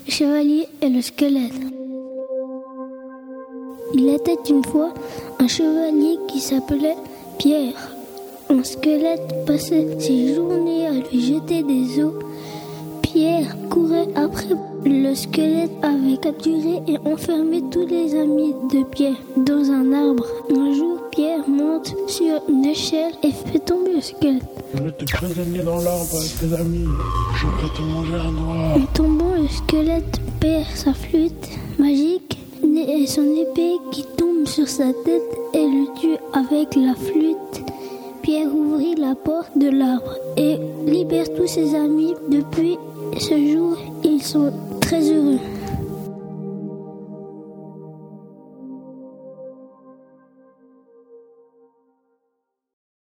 Le chevalier et le squelette. Il était une fois un chevalier qui s'appelait Pierre. Un squelette passait ses journées à lui jeter des os. Pierre courait après. Le squelette avait capturé et enfermé tous les amis de Pierre dans un arbre. Un jour, Pierre monte sur une échelle et fait tomber le squelette. Je vais te prisonnier dans l'arbre avec tes amis. Je vais te manger à noix. En tombant, le squelette perd sa flûte magique et son épée qui tombe sur sa tête et le tue avec la flûte. Pierre ouvrit la porte de l'arbre et libère tous ses amis. Depuis ce jour, ils sont très heureux.